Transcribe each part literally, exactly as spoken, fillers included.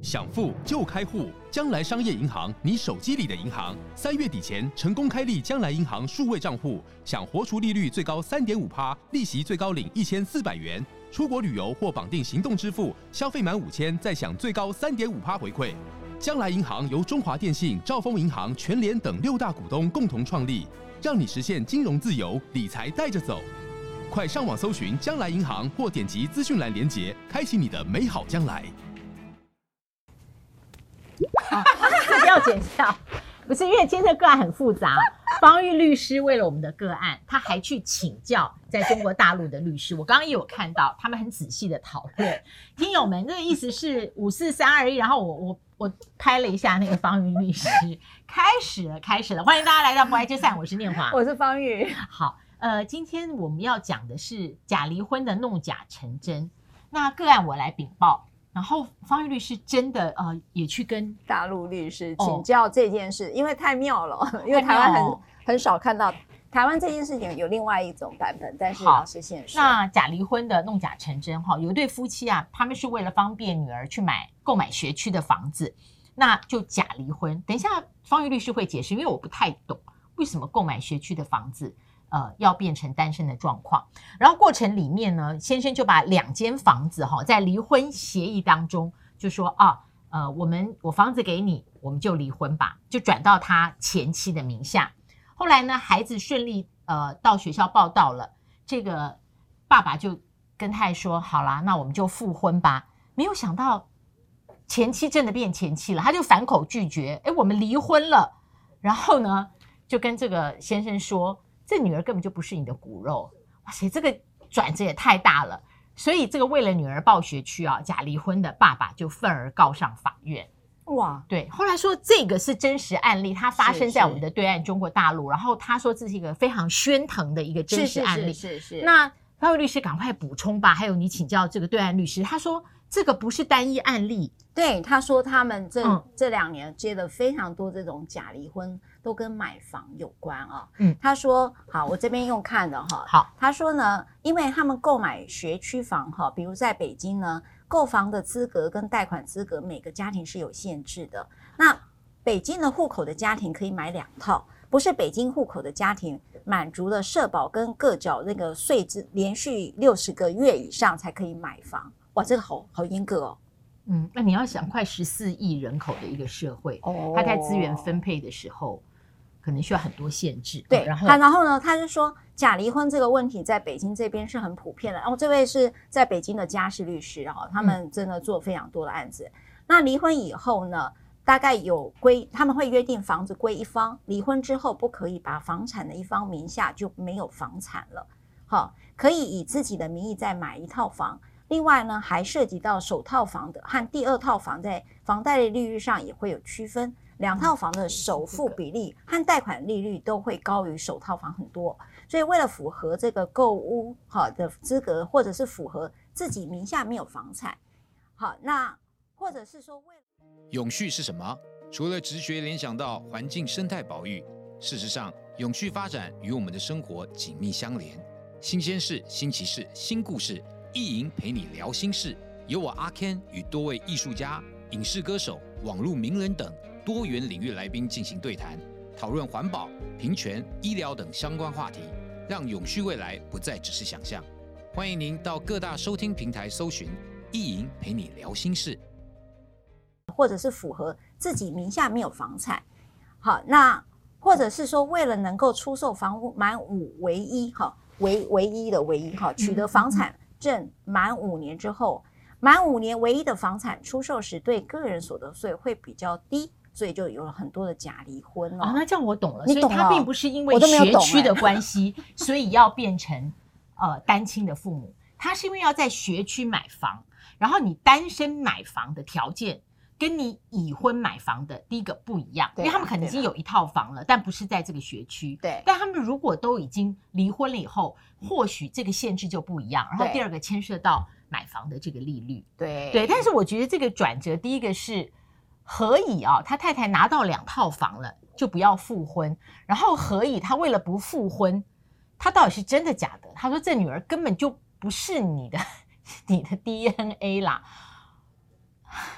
想富就开户，将来商业银行，你手机里的银行。三月底前成功开立将来银行数位账户，享活储利率最高 百分之三点五， 利息最高领一千四百元。出国旅游或绑定行动支付，消费满五千再享最高 百分之三点五 回馈。将来银行由中华电信、兆丰银行、全联等六大股东共同创立，让你实现金融自由，理财带着走。快上网搜寻将来银行，或点击资讯栏连结，开启你的美好将来。 啊，这不要剪掉，不是因为今天的个案很复杂。方玉律师为了我们的个案，他还去请教在中国大陆的律师。我刚刚也有看到，他们很仔细的讨论。听友们，这个意思是五四三二一，然后我我我拍了一下那个方玉律师，开始了，开始了，欢迎大家来到不爱就散，我是念华， 我是方玉。 好，呃，今天我们要讲的是假离婚的弄假成真。那个案我来禀报。然后方玉律师真的呃也去跟大陆律师请教这件事，哦、因为太妙了，因为台湾很很少看到台湾这件事情有另外一种版本，但是老师现说， 那假离婚的弄假成真哈，有一对夫妻啊，他们是为了方便女儿去买购买学区的房子，那就假离婚。等一下方玉律师会解释，因为我不太懂为什么购买学区的房子。呃，要变成单身的状况，然后过程里面呢，先生就把两间房子哈，在离婚协议当中就说啊，呃，我们我房子给你，我们就离婚吧，就转到他前妻的名下。后来呢，孩子顺利呃到学校报到了，这个爸爸就跟太太说，好啦，那我们就复婚吧。没有想到前妻真的变前妻了，他就反口拒绝，哎，我们离婚了。然后呢，就跟这个先生说。这女儿根本就不是你的骨肉，哇塞，这个转折也太大了。所以这个为了女儿报学区啊，假离婚的爸爸就愤而告上法院。 哇， 对，后来说这个是真实案例，它发生在我们的对岸中国大陆。然后他说这是一个非常喧腾的一个真实案例。 是是 是, 是, 是。 那方玉律师赶快补充吧，还有你请教这个对岸律师，他说这个不是单一案例。 对，他说他们这、 嗯、 这两年接了非常多这种假离婚，都跟买房有关啊。 嗯， 他说好，我这边用看的哈。 好， 他说呢，因为他们购买学区房哈，比如在北京呢，购房的资格跟贷款资格每个家庭是有限制的。那北京的户口的家庭可以买两套，不是北京户口的家庭满足了社保跟各缴那个税制，连续六十个月以上才可以买房。哇，这个好好严格哦。 嗯，那你要想，快十四亿人口的一个社会，哦，他在资源分配的时候，可能需要很多限制。 对， 哦、然后他然后呢，他就说假离婚这个问题在北京这边是很普遍的。然后这位是在北京的家事律师，然后他们真的做非常多的案子。嗯、那离婚以后呢，大概有归他们会约定房子归一方，离婚之后不可以把房产的一方名下就没有房产了。好，可以以自己的名义再买一套房。另外呢，还涉及到首套房的和第二套房在房贷的利率上也会有区分，两套房的首付比例和贷款利率都会高于首套房很多，所以为了符合这个购屋好的资格，或者是符合自己名下没有房产，好，那或者是说为了永续是什么？除了直觉联想到环境生态保育，事实上，永续发展与我们的生活紧密相连。新鲜事、新奇事、新故事。意莹陪你聊心事，由我阿 Ken 与多位艺术家、影视歌手、网络名人等多元领域来宾进行对谈，讨论环保、平权、医疗等相关话题，让永续未来不再只是想象。欢迎您到各大收听平台搜寻“意莹陪你聊心事”， 或者是符合自己名下没有房产，好，那或者是说为了能够出售房屋满五为一，哈，唯唯一的唯一，哈，取得房产。证满五年之后，满五年唯一的房产出售时，对个人所得税会比较低，所以就有了很多的假离婚了。 哦，那这样我懂了， 你懂了， 所以它并不是因为学区的关系，所以要变成呃单亲的父母，他是因为要在学区买房，然后你单身买房的条件跟你已婚买房的第一个不一样，因为他们可能已经有一套房了，但不是在这个学区。 对， 但他们如果都已经离婚了以后，或许这个限制就不一样。然后第二个牵涉到买房的这个利率。 对对，但是我觉得这个转折，第一个是何以啊，他太太拿到两套房了，就不要复婚，然后何以他为了不复婚，他到底是真的假的？他说这女儿根本就不是你的你的 D N A 啦。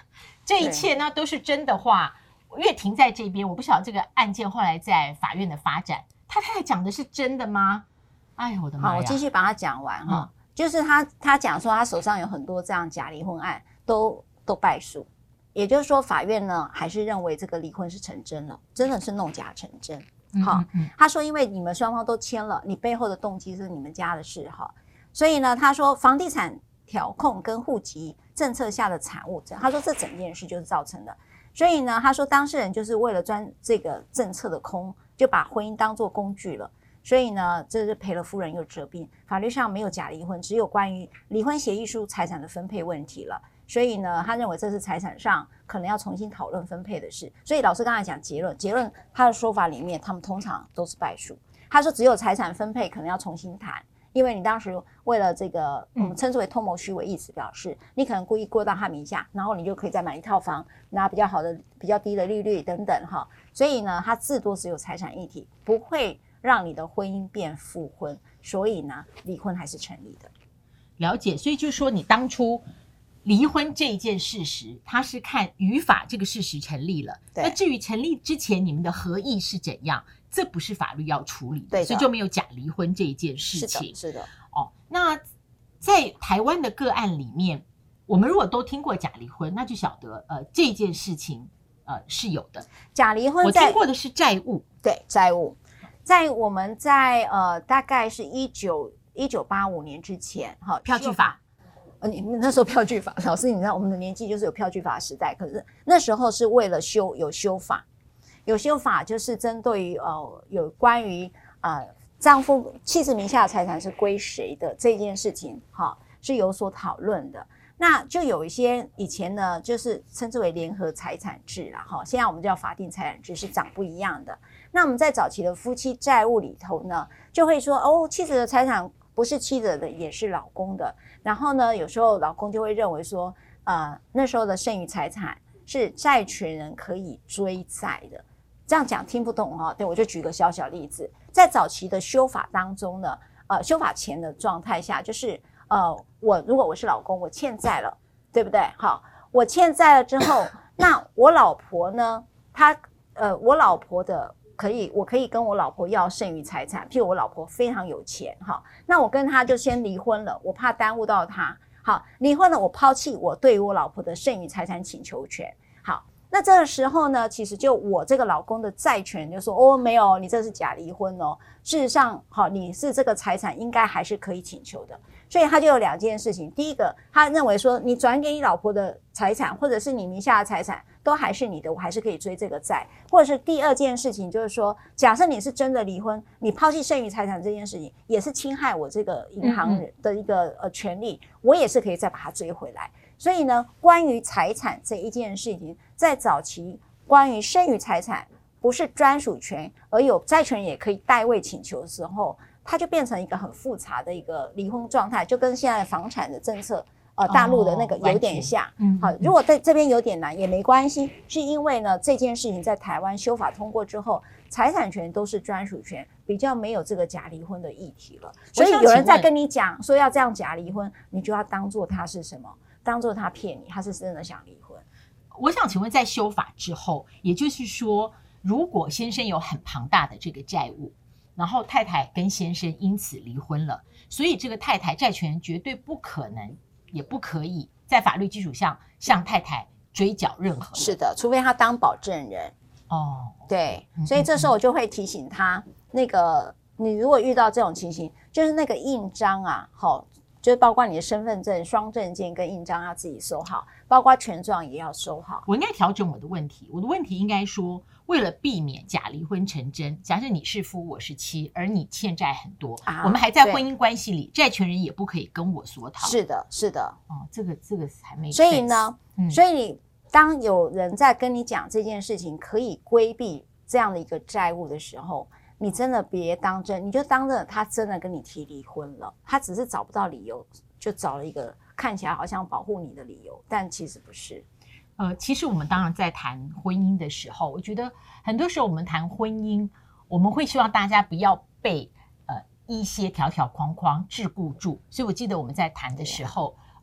这一切呢都是真的话，岳庭在这边，我不晓得这个案件后来在法院的发展，他太太讲的是真的吗？哎呦我的妈呀！ 好，我继续把它讲完哈、嗯，就是他他讲说他手上有很多这样假离婚案，都都败诉，也就是说法院呢还是认为这个离婚是成真了，真的是弄假成真。好、嗯嗯，他说因为你们双方都签了，你背后的动机是你们家的事哈，所以呢他说房地产调控跟户籍政策下的产物，他说这整件事就是造成的。所以呢他说当事人就是为了钻这个政策的空，就把婚姻当作工具了，所以呢这是赔了夫人又折兵，法律上没有假离婚，只有关于离婚协议书财产的分配问题了。所以呢他认为这是财产上可能要重新讨论分配的事。所以老师刚才讲结论，结论他的说法里面他们通常都是败诉。他说只有财产分配可能要重新谈，因为你当时为了这个我们称之为通谋虚伪，意思表示你可能故意过到他名下，然后你就可以再买一套房，拿比较好的比较低的利率等等哈。所以呢他至多只有财产议题，不会让你的婚姻变复婚，所以呢离婚还是成立的。 了解，所以就是说你当初离婚这一件事实，它是看语法这个事实成立了。那至于成立之前你们的合意是怎样，这不是法律要处理的， 对的， 所以就没有假离婚这一件事情。 是的，是的。 哦，那在台湾的个案里面，我们如果都听过假离婚，那就晓得呃这件事情呃是有的。 假离婚我听过的是债务， 对，债务，在我们在呃大概是一九一九八五年之前，哈， 票据法。 呃，你那时候票据法，老师，你知道我们的年纪就是有票据法时代，可是那时候是为了修有修法，有修法就是针对于呃有关于呃丈夫妻子名下的财产是归谁的这件事情，哈，是有所讨论的。那就有一些以前呢，就是称之为联合财产制啦，哈，现在我们叫法定财产制，是长不一样的。那我们在早期的夫妻债务里头呢，就会说哦，妻子的财产不是妻子的，也是老公的。然后呢，有时候老公就会认为说，呃，那时候的剩余财产是债权人可以追债的。这样讲听不懂哈、哦，对，我就举个小小例子，在早期的修法当中呢，呃，修法前的状态下，就是呃，我如果我是老公，我欠债了，对不对？好，我欠债了之后，那我老婆呢，她呃，我老婆的。可以，我可以跟我老婆要剩余财产，譬如我老婆非常有钱，哈，那我跟她就先离婚了，我怕耽误到她，好，离婚了，我抛弃我对于我老婆的剩余财产请求权，好，那这个时候呢，其实就我这个老公的债权就说，哦，没有，你这是假离婚哦，事实上，好，你是这个财产应该还是可以请求的，所以他就有两件事情，第一个，他认为说，你转给你老婆的财产，或者是你名下的财产。都还是你的，我还是可以追这个债，或者是第二件事情就是说，假设你是真的离婚，你抛弃剩余财产这件事情，也是侵害我这个银行的一个呃权利，我也是可以再把它追回来。所以呢，关于财产这一件事情，在早期关于剩余财产不是专属权，而有债权也可以代位请求的时候，它就变成一个很复杂的一个离婚状态，就跟现在房产的政策。呃，大陆的那个有点像，嗯，好，如果在这边有点难也没关系，是因为呢这件事情在台湾修法通过之后，财产权都是专属权，比较没有这个假离婚的议题了。所以有人在跟你讲说要这样假离婚，你就要当做他是什么？当做他骗你，他是真的想离婚。 我想请问，在修法之后，也就是说，如果先生有很庞大的这个债务，然后太太跟先生因此离婚了，所以这个太太债权人绝对不可能。也不可以在法律基础上向太太追缴任何。 是的，除非他当保证人。 哦， 对，所以这时候我就会提醒他，那个你如果遇到这种情形，就是那个印章啊，好，就是包括你的身份证、双证件跟印章要自己收好，包括权状也要收好。 我应该调整我的问题，我的问题应该说，为了避免假离婚成真，假设你是夫我是妻，而你欠债很多，啊、我们还在婚姻关系里，债权人也不可以跟我索讨。 是的，是的。 哦，这个这个还没。 所以呢，嗯、所以你当有人在跟你讲这件事情可以规避这样的一个债务的时候，你真的别当真，你就当着他真的跟你提离婚了，他只是找不到理由，就找了一个看起来好像保护你的理由，但其实不是。 呃，其实我们当然在谈婚姻的时候，我觉得很多时候我们谈婚姻，我们会希望大家不要被呃一些条条框框桎梏住。所以我记得我们在谈的时候，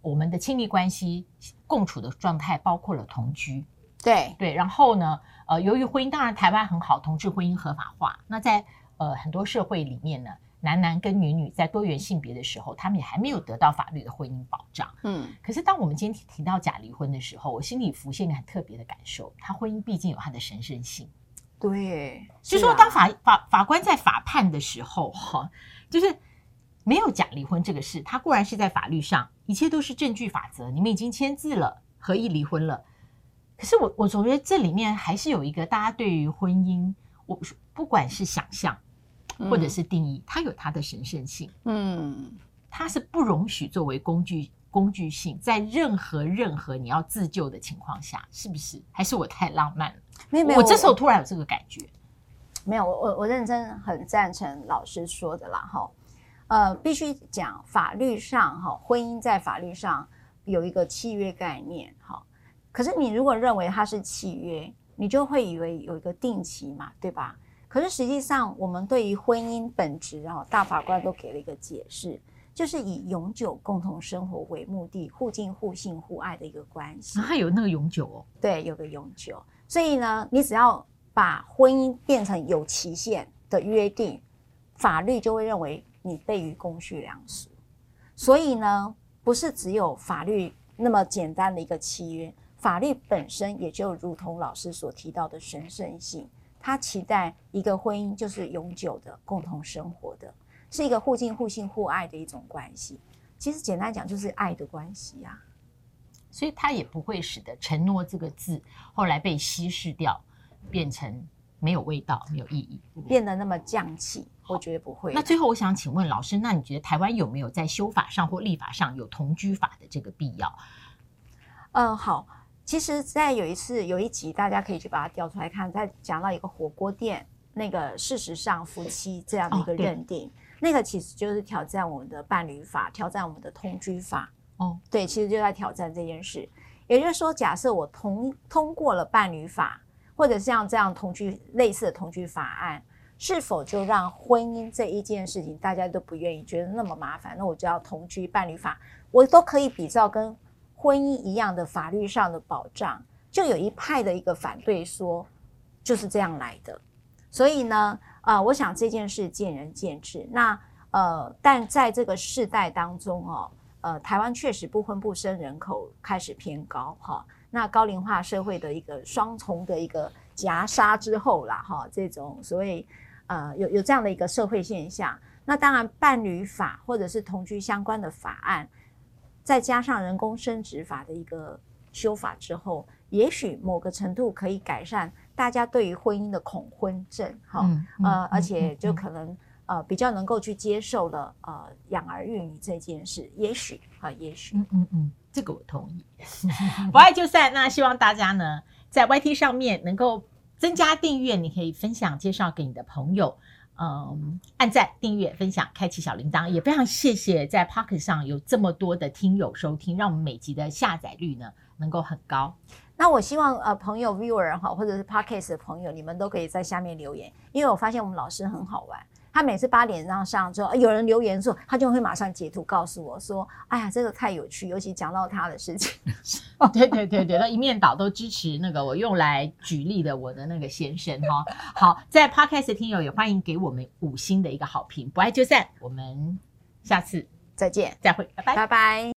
我们的亲密关系共处的状态包括了同居。 对对，然后呢，呃，由于婚姻，当然台湾很好，同志婚姻合法化。那在呃很多社会里面呢，男男跟女女在多元性别的时候，他们也还没有得到法律的婚姻保障。 嗯， 可是当我们今天提到假离婚的时候，我心里浮现一个很特别的感受，他婚姻毕竟有它的神圣性。 对， 就是说当法法法官在法判的时候，哈，就是没有假离婚这个事，它固然是在法律上，一切都是证据法则，你们已经签字了，合意离婚了。可是我我总觉得这里面还是有一个大家对于婚姻，我不管是想象或者是定义，嗯、它有它的神圣性。嗯，它是不容许作为工具工具性，在任何任何你要自救的情况下，是不是？还是我太浪漫了？ 没有没有， 我这时候突然有这个感觉。 没有，我我我认真很赞成老师说的啦哈。呃，必须讲法律上哈，婚姻在法律上有一个契约概念哈。可是你如果认为它是契约，你就会以为有一个定期嘛，对吧？可是实际上，我们对于婚姻本质啊，大法官都给了一个解释，就是以永久共同生活为目的，互敬互信互爱的一个关系。 它有那个永久哦， 对，有个永久。所以呢，你只要把婚姻变成有期限的约定，法律就会认为你悖于公序良俗。所以呢，不是只有法律那么简单的一个契约。法律本身也就如同老师所提到的神圣性，他期待一个婚姻就是永久的共同生活的，是一个互敬互信互爱的一种关系。其实简单讲就是爱的关系啊， 所以他也不会使得承诺这个字后来被稀释掉，变成没有味道没有意义， 变得那么降气，我觉得不会。 那最后我想请问老师，那你觉得台湾有没有在修法上或立法上有同居法的这个必要？ 嗯，好。其实在有一次有一集大家可以去把它调出来看，在讲到一个火锅店那个事实上夫妻这样的一个认定、哦、那个其实就是挑战我们的伴侣法，挑战我们的同居法。哦，对，其实就在挑战这件事。也就是说，假设我通通过了伴侣法或者像这样同居类似的同居法案，是否就让婚姻这一件事情大家都不愿意，觉得那么麻烦，那我就要同居伴侣法，我都可以比照跟婚姻一样的法律上的保障。就有一派的一个反对说就是这样来的。所以呢呃，我想这件事见仁见智。那呃，但在这个世代当中哦，呃，台湾确实不婚不生人口开始偏高哈。那高龄化社会的一个双重的一个夹杀之后啦哈，这种所谓呃有有这样的一个社会现象。那当然伴侣法或者是同居相关的法案，再加上人工生殖法的一个修法之后，也许某个程度可以改善大家对于婚姻的恐婚症哈、嗯嗯、呃，而且就可能、嗯、呃比较能够去接受了呃养儿育女这件事，也许啊、呃，也许嗯嗯嗯，这个我同意。不爱就散。那希望大家呢在 Y T 上面能够增加订阅，你可以分享介绍给你的朋友。嗯，按赞、订阅、分享、开启小铃铛，也非常谢谢在 Pocket 上有这么多的听友收听，让我们每集的下载率呢能够很高。 那我希望呃朋友 viewer 哈，或者是 Podcast 的朋友，你们都可以在下面留言，因为我发现我们老师很好玩。他每次八点上上之后，有人留言说，他就会马上截图告诉我说：“哎呀，这个太有趣，尤其讲到他的事情。” 对对对对，那一面倒都支持那个我用来举例的我的那个先生哈。好，在 Podcast 的听友也欢迎给我们五星的一个好评。不爱就散，我们下次再见， 再会，拜拜， 拜拜。